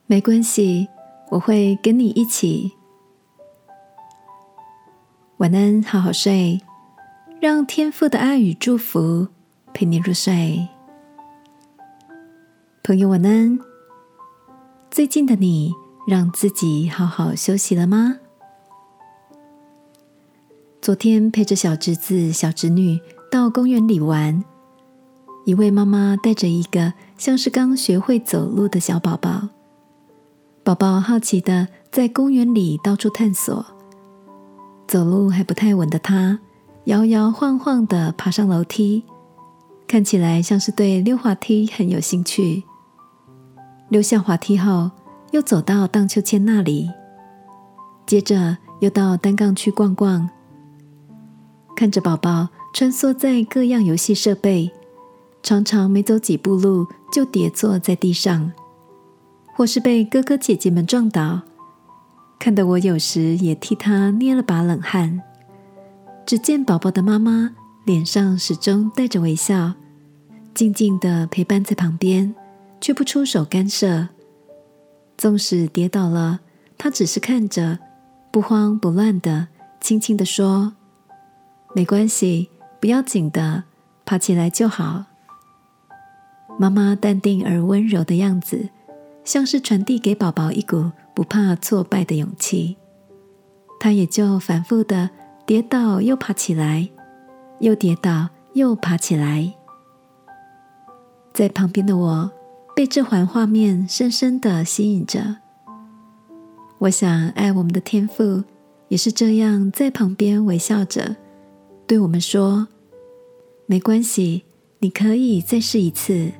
没关系，我会跟你一起。晚安，好好睡，让天父的爱与祝福陪你入睡。朋友晚安。最近的你让自己好好休息了吗？昨天陪着小侄子、小侄女到公园里玩，一位妈妈带着一个像是刚学会走路的小宝宝，宝宝好奇地在公园里到处探索，走路还不太稳的他摇摇晃晃地爬上楼梯，看起来像是对溜滑梯很有兴趣。溜下滑梯后，又走到荡秋千那里，接着又到单杠区逛逛。看着宝宝穿梭在各样游戏设备，常常没走几步路就跌坐在地上，或是被哥哥姐姐们撞倒，看得我有时也替他捏了把冷汗。只见宝宝的妈妈脸上始终带着微笑，静静地陪伴在旁边，却不出手干涉。纵使跌倒了，她只是看着，不慌不乱地轻轻地说：没关系，不要紧的，爬起来就好。妈妈淡定而温柔的样子，像是传递给宝宝一股不怕挫败的勇气。他也就反复的跌倒又爬起来，又跌倒又爬起来。在旁边的我被这环画面深深地吸引着。我想爱我们的天父也是这样在旁边微笑着对我们说：没关系，你可以再试一次。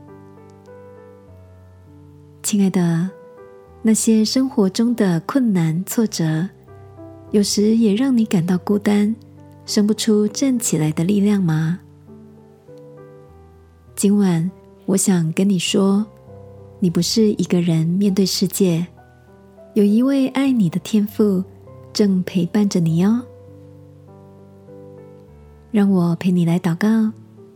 亲爱的，那些生活中的困难挫折，有时也让你感到孤单，生不出站起来的力量吗？今晚我想跟你说，你不是一个人面对世界，有一位爱你的天父正陪伴着你哦。让我陪你来祷告。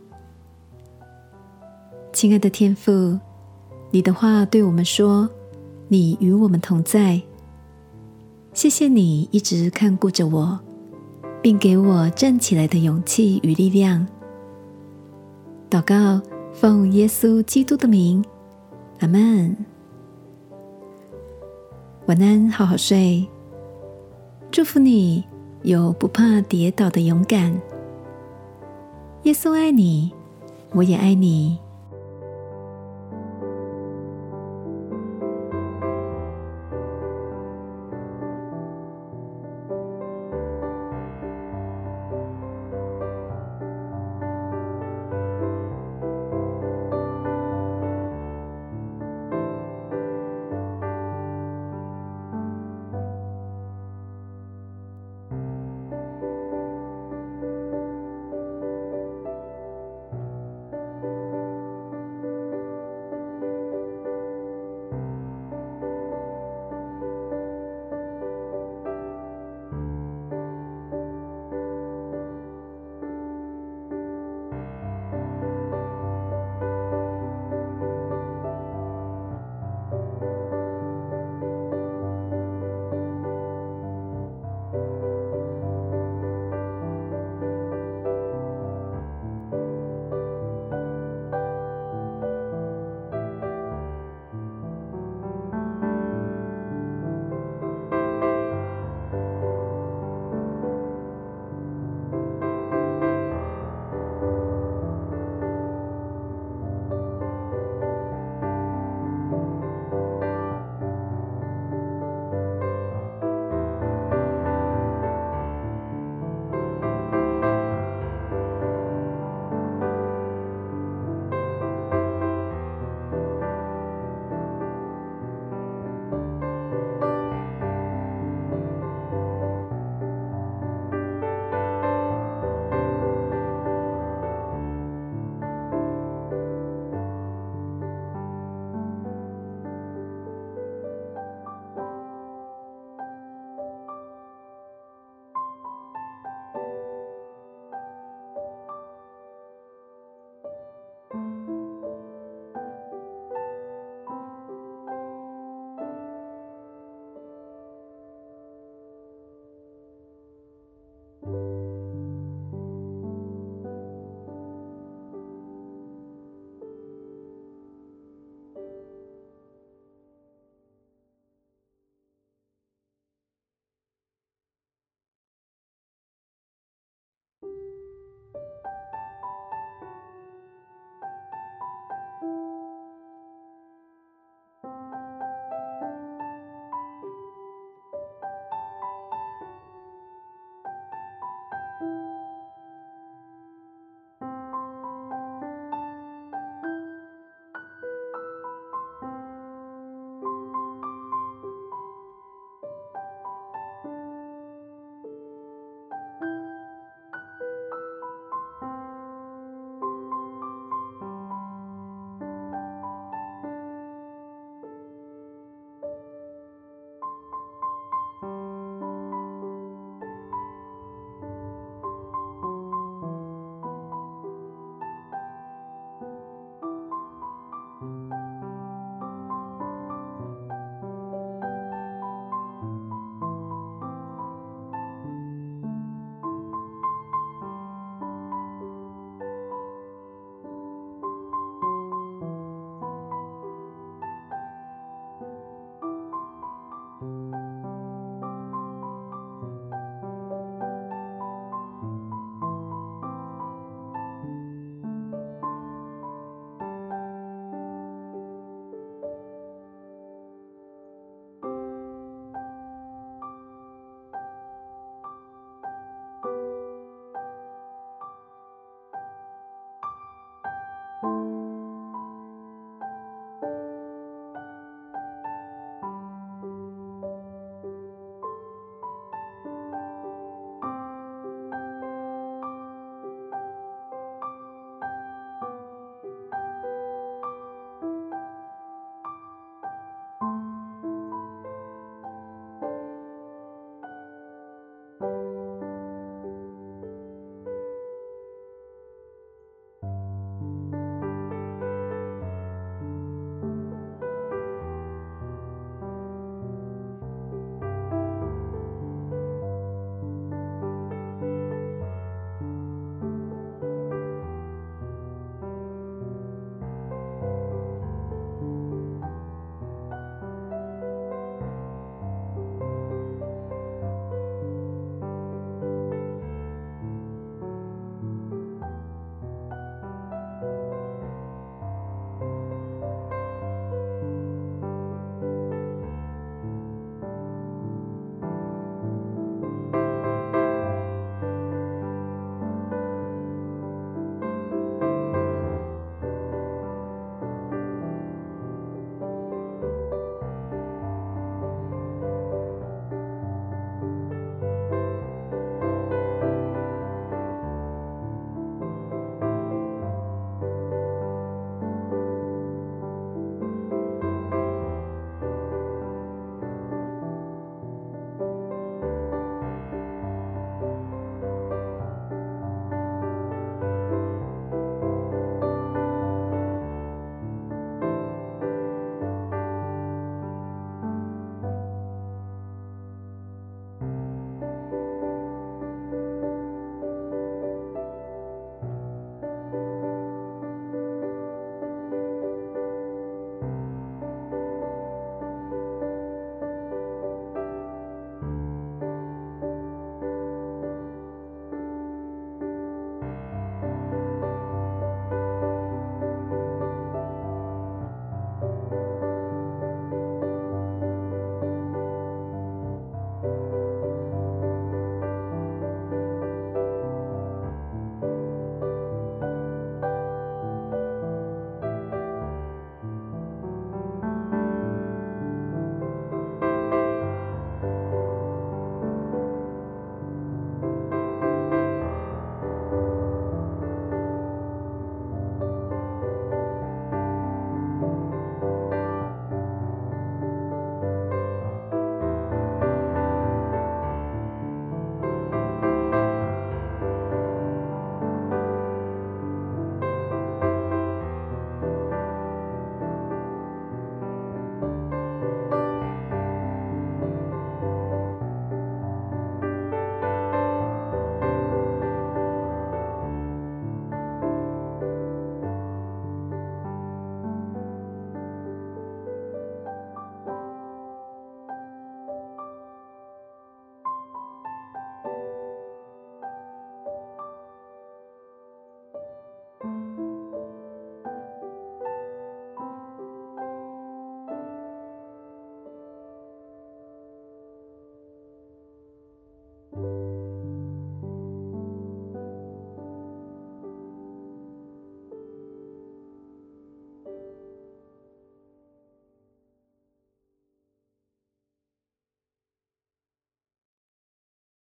亲爱的天父，你的话对我们说，你与我们同在。谢谢你一直看顾着我，并给我站起来的勇气与力量。祷告，奉耶稣基督的名，阿们。晚安，好好睡。祝福你有不怕跌倒的勇敢。耶稣爱你，我也爱你。